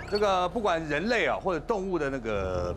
这个不管人类啊或者动物的那个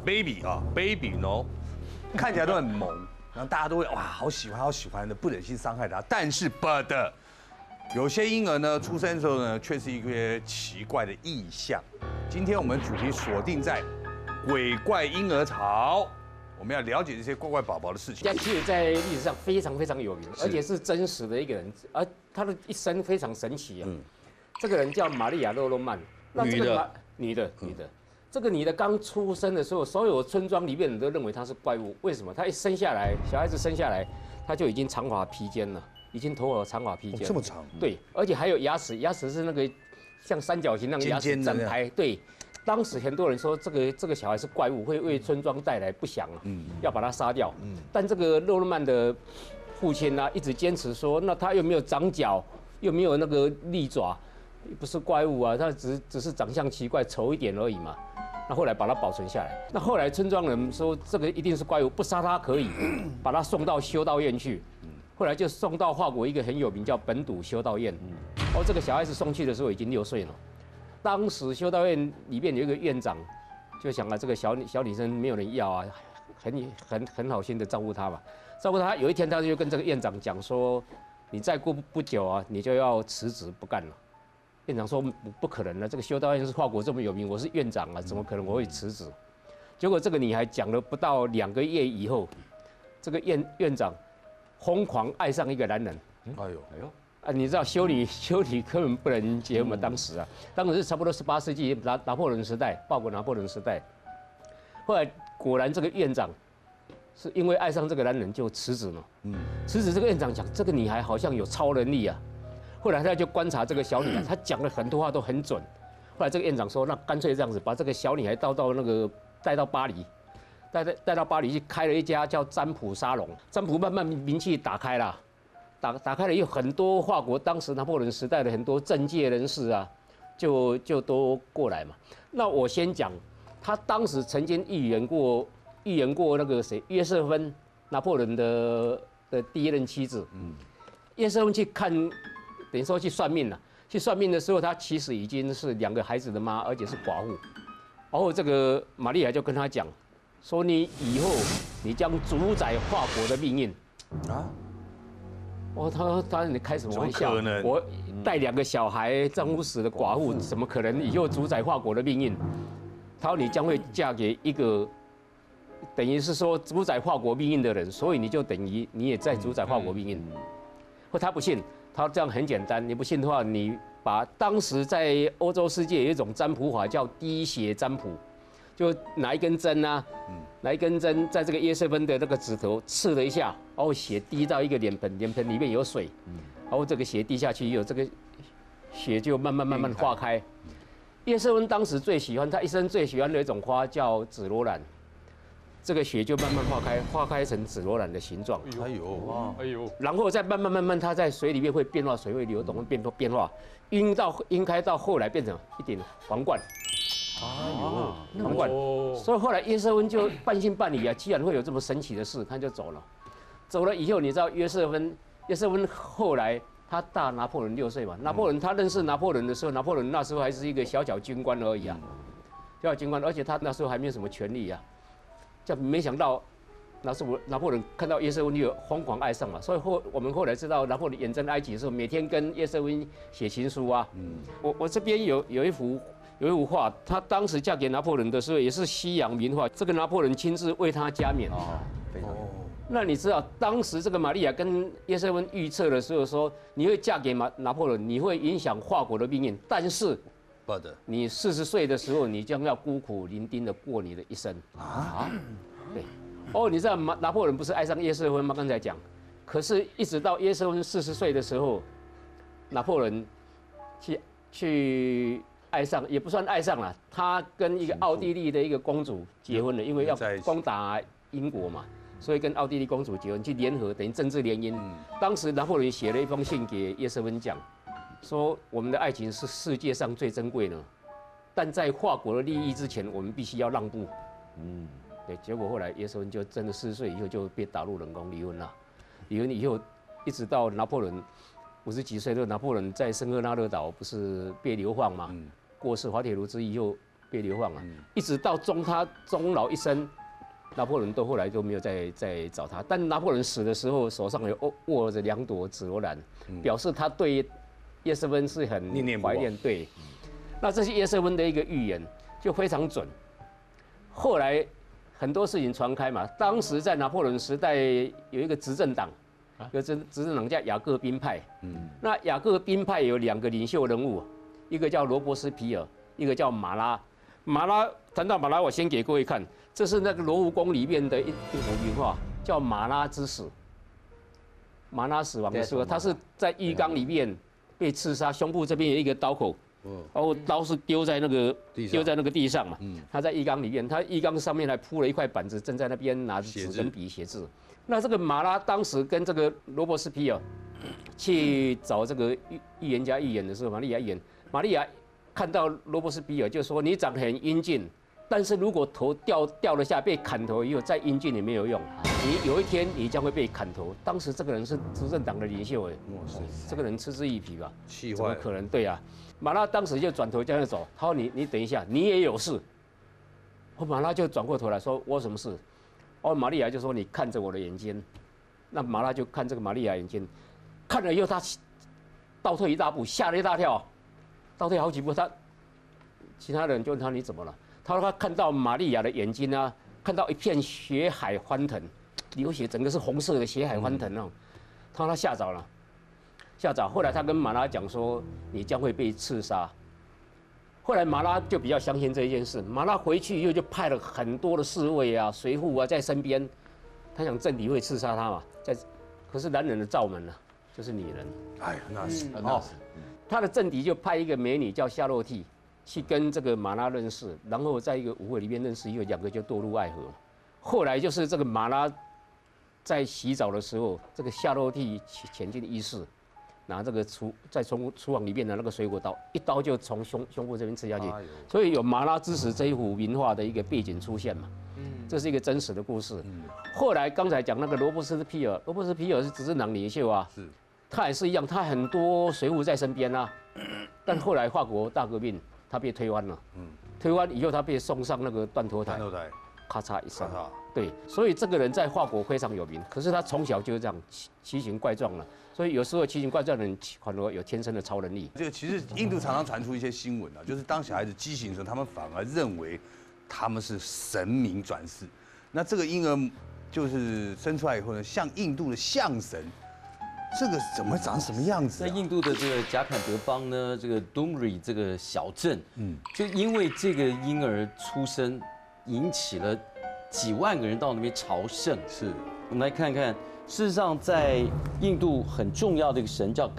baby 看起来都很萌，然后大家都会哇好喜欢好喜欢的，不忍心伤害它。但是 but 有些婴儿呢出生的时候呢，却是一些奇怪的异象。今天我们主题锁定在鬼怪婴儿潮。 我们要了解这些怪怪宝宝的事情。 他其实，在历史上非常非常有名，而且是真实的一个人，而他的一生非常神奇啊。这个人叫玛利亚·洛洛曼，女的。这个女的刚出生的时候，所有村庄里面人都认为她是怪物。为什么？她一生下来，小孩子生下来，她就已经长发披肩了，已经头发长发披肩。 这么长？ 对，而且还有牙齿，牙齿是那个像三角形那个牙齿整排。对。 当时很多人说这个小孩是怪物，会为村庄带来不祥啊，要把他杀掉。但这个洛洛曼的父亲呢，一直坚持说，那他又没有长角，又没有那个利爪，不是怪物啊，他只是长相奇怪，丑一点而已嘛。那后来把他保存下来。那后来村庄人说这个一定是怪物，不杀他可以，把他送到修道院去。后来就送到法国一个很有名叫本笃修道院。这个小孩子送去的时候已经6岁了。 当时修道院里面有一个院长，就想啊，这个小女生没有人要啊，很好心的照顾她吧。照顾她，有一天他就跟这个院长讲说，你再过不久啊，你就要辞职不干了。院长说不可能了，这个修道院是法国这么有名，我是院长啊，怎么可能我会辞职？结果这个女孩讲了不到2个月以后，这个院长疯狂爱上一个男人。哎呦。 啊，你知道修女根本不能结婚嘛？当时是差不多18世纪拿破仑时代，法国拿破仑时代。后来果然这个院长是因为爱上这个男人就辞职了。辞职这个院长讲这个女孩好像有超能力啊。后来他就观察这个小女孩，她讲了很多话都很准。后来这个院长说，那干脆这样子，把这个小女孩带到巴黎，带到巴黎去开了一家叫占卜沙龙。占卜慢慢名气打开了。 打开了，有很多法国当时拿破仑时代的很多政界人士啊，就都过来嘛。那我先讲，他当时曾经预言过那个谁，约瑟芬，拿破仑的第1任妻子。约瑟芬去看，等于说去算命了。去算命的时候，她其实已经是2个孩子的妈，而且是寡妇。然后这个玛丽亚就跟他讲，说你以后你将主宰法国的命运啊。 他你开什么玩笑？我带2个小孩，丈夫死的寡妇，怎么可能以后主宰法国的命运？他说你将会嫁给一个，等于是说主宰法国命运的人，所以你就等于你也在主宰法国命运。或他不信，他说这样很简单，你不信的话，你把当时在欧洲世界有一种占卜法叫滴血占卜。 就拿一根针啊，拿一根针在这个约瑟芬的那个指头刺了一下，然后血滴到一个脸盆，脸盆里面有水，然后这个血滴下去以后，这个血就慢慢化开。约瑟芬当时最喜欢，他一生最喜欢的一种花叫紫罗兰，这个血就慢慢化开成紫罗兰的形状。哎呦，然后再慢慢，它在水里面会变化，水会流动，会变化，晕开到后来变成一顶皇冠。 皇冠，所以后来约瑟芬就半信半疑啊，既然会有这么神奇的事，他就走了。走了以后，你知道约瑟芬后来他大拿破仑6岁嘛？拿破仑他认识拿破仑的时候，拿破仑那时候还是一个小军官而已啊，小军官，而且他那时候还没有什么权利啊。就没想到，拿破仑看到约瑟芬就疯狂爱上了，所以我们后来知道拿破仑远征埃及的时候，每天跟约瑟芬写情书啊。我这边有一幅画，她当时嫁给拿破仑的时候也是西洋名画，这个拿破仑亲自为她加冕。非常。那你知道当时这个玛利亚跟约瑟芬预测的时候说，你会嫁给拿破仑，你会影响法国的命运，但是，你40岁的时候，你将要孤苦伶仃的过你的一生啊。对。你知道拿破仑不是爱上约瑟芬吗？刚才讲，可是一直到约瑟芬40岁的时候，拿破仑去。爱上也不算爱上了，他跟一个奥地利的一个公主结婚了，因为要攻打英国嘛，所以跟奥地利公主结婚，去联合，等于政治联姻。当时拿破仑写了一封信给约瑟芬讲，说我们的爱情是世界上最珍贵的，但在法国的利益之前，我们必须要让步。对，结果后来约瑟芬就真的40岁以后就被打入冷宫离婚了，离婚以后一直到拿破仑50几岁的拿破仑在圣赫拉勒岛不是被流放嘛？过世滑铁卢之役以后， 被流放啊，一直到他终老一生，拿破仑后来都没有再找他。但拿破仑死的时候，手上有握着2朵紫罗兰，表示他对叶瑟温是很怀念。对，那这是叶瑟温的一个预言，就非常准。后来很多事情传开嘛，当时在拿破仑时代有一个执政党。有执政党叫雅各宾派，那雅各宾派有2个领袖人物，一个叫罗伯斯皮尔，一个叫马拉。谈到马拉，我先给各位看，这是那个罗浮宫里面的一幅名画，叫马拉之死。马拉死亡的时候，他是在浴缸里面被刺杀，胸部这边有一个刀口，然后刀是丢在那个地上嘛。他在浴缸里面，他浴缸上面还铺了一块板子，正在那边拿着纸跟笔写字。那这个马拉当时跟这个罗伯斯皮尔去找这个预言家预言的时候，玛利亚预言，玛利亚看到罗伯斯皮尔就说：“你长得很英俊，但是如果头掉了下，被砍头以后再英俊也没有用，你有一天你将会被砍头。”当时这个人是执政党的领袖，这个人嗤之以鼻吧？怎么可能？对啊，马拉当时就转头这样走，他说：“你等一下，你也有事。”马拉就转过头来说：“我有什么事？”玛利亚就说：“你看着我的眼睛。”那马拉就看这个玛利亚眼睛，看了以后他倒退1大步，吓了一大跳，倒退好几步。其他人就问他：“你怎么了？”他说：“他看到玛利亚的眼睛啊，看到一片血海欢腾，流血，整个是红色的血海欢腾那种。”他说他吓着了，吓着。后来他跟马拉讲说：“你将会被刺杀。”后来马拉就比较相信这一件事，马拉回去以后就派了很多的侍卫啊、随扈啊在身边，他想政敌会刺杀他嘛，可是男人的罩门呢，就是女人。 哎呀，那是他的政敌就派一个美女叫夏洛蒂去跟这个马拉认识，然后在一个舞会里面认识以后，2个就堕入爱河。后来就是这个马拉在洗澡的时候，这个夏洛蒂潜进浴室。拿这个在厨房里面的那个水果刀，一刀就从胸部这边刺下去，所以有马拉之死这一幅名画的一个背景出现嘛。这是一个真实的故事。后来刚才讲那个罗伯斯皮尔是执政党领袖啊，他也是一样，他很多随扈在身边啊，但后来法国大革命他被推翻了，推翻以后他被送上那个断头台，咔嚓一声。对，所以这个人在法国非常有名，可是他从小就是这样奇形怪状了。所以有时候奇形怪状的人反而有天生的超能力。 这个其实印度常常传出一些新闻啊，就是当小孩子畸形的时候，他们反而认为他们是神明转世。那这个婴儿就是生出来以后呢，像印度的象神，这个怎么长什么样子？ 在印度的这个贾坎德邦呢，这个 Dumri 这个小镇，就因为这个婴儿出生，引起了几万个人到那边朝圣。 是， 我们来看看。事实上，在印度很重要的一个神叫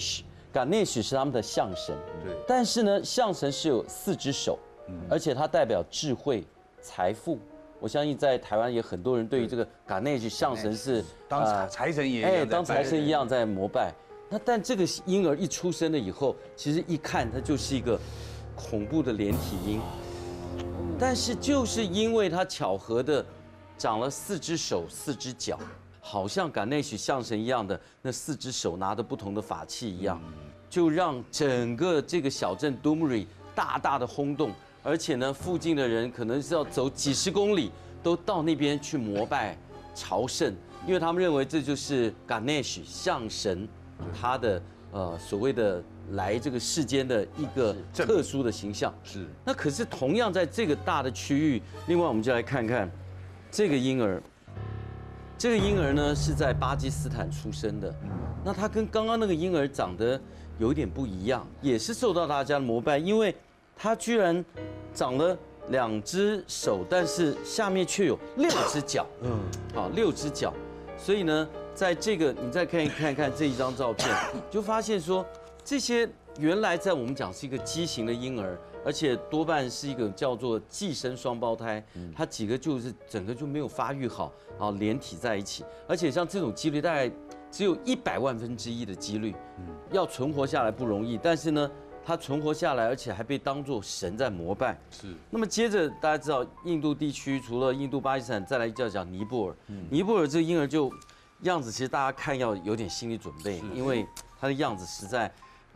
Ganesh 是他们的象神。 对。 但是呢，象神是有4只手，而且它代表智慧、财富。我相信在台湾也很多人对于这个 Ganesh 象神是当财神爷， 当财神一样在膜拜。但这个婴儿一出生了以后，其实一看它就是一个恐怖的连体婴。但是就是因为它巧合的长了4只手、4只脚。好像Ganesh象神一样的那4只手拿着不同的法器一样，就让整个这个小镇 Dumri 大大的轰动，而且呢，附近的人可能是要走几10公里都到那边去膜拜朝圣，因为他们认为这就是 Ganesh象神他的所谓的来这个世间的一个特殊的形象。 是。 那可是同样在这个大的区域，另外我们就来看看这个婴儿。这个婴儿呢是在巴基斯坦出生的，那他跟刚刚那个婴儿长得有点不一样，也是受到大家的膜拜，因为他居然长了2只手，但是下面却有6只脚，6只脚，所以呢，在这个你再看看这一张照片，就发现说这些原来在我们讲是一个畸形的婴儿。而且多半是一个叫做寄生双胞胎，它几个就是整个就没有发育好，然后连体在一起，而且像这种几率大概只有100万分之1的几率，要存活下来不容易。但是呢，它存活下来，而且还被当作神在膜拜。 是。 那么接着大家知道，印度地区除了印度、巴基斯坦，再来就要讲尼泊尔。尼泊尔这个婴儿就样子，其实大家看要有点心理准备，因为他的样子实在。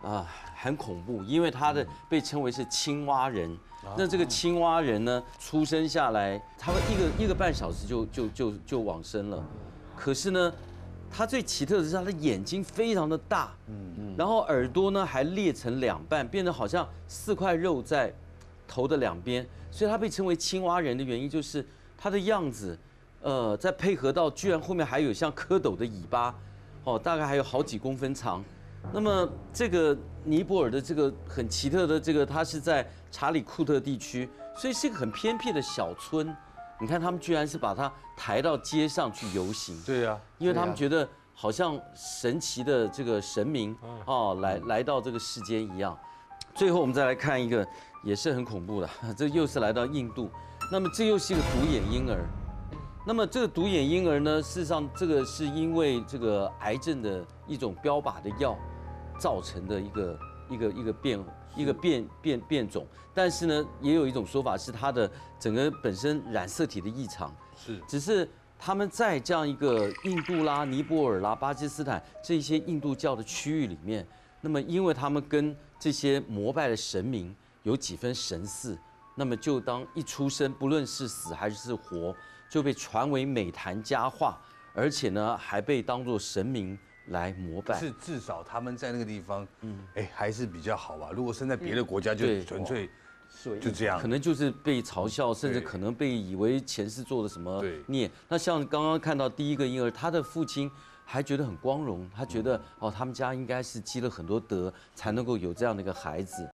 很恐怖，因为他的被称为是青蛙人。那这个青蛙人呢，出生下来，他会一个半小时就往生了。可是呢，他最奇特的是他的眼睛非常的大，然后耳朵呢还裂成2半，变得好像4块肉在头的2边，所以他被称为青蛙人的原因就是他的样子，再配合到居然后面还有像蝌蚪的尾巴，大概还有好几公分长。那么这个尼泊尔的这个很奇特的这个，它是在查里库特地区，所以是一个很偏僻的小村。你看他们居然是把它抬到街上去游行， 对呀， 因为他们觉得好像神奇的这个神明来到这个世间一样。最后我们再来看一个也是很恐怖的，这又是来到印度，那么这又是一个独眼婴儿。那么这个独眼婴儿呢，事实上这个是因为这个癌症的一种标靶的药造成的一个变种，但是呢，也有一种说法是它的整个本身染色体的异常，只是他们在这样一个印度啦、尼泊尔啦、巴基斯坦这些印度教的区域里面，那么因为他们跟这些膜拜的神明有几分神似，那么就当一出生，不论是死还是活，就被传为美谈佳话，而且呢，还被当作神明来膜拜。 是至少他们在那个地方，还是比较好吧。如果生在别的国家，就纯粹就这样， 可能就是被嘲笑，甚至可能被以为前世做了什么孽。那像刚刚看到第一个婴儿，他的父亲还觉得很光荣，他觉得他们家应该是积了很多德，才能够有这样的一个孩子。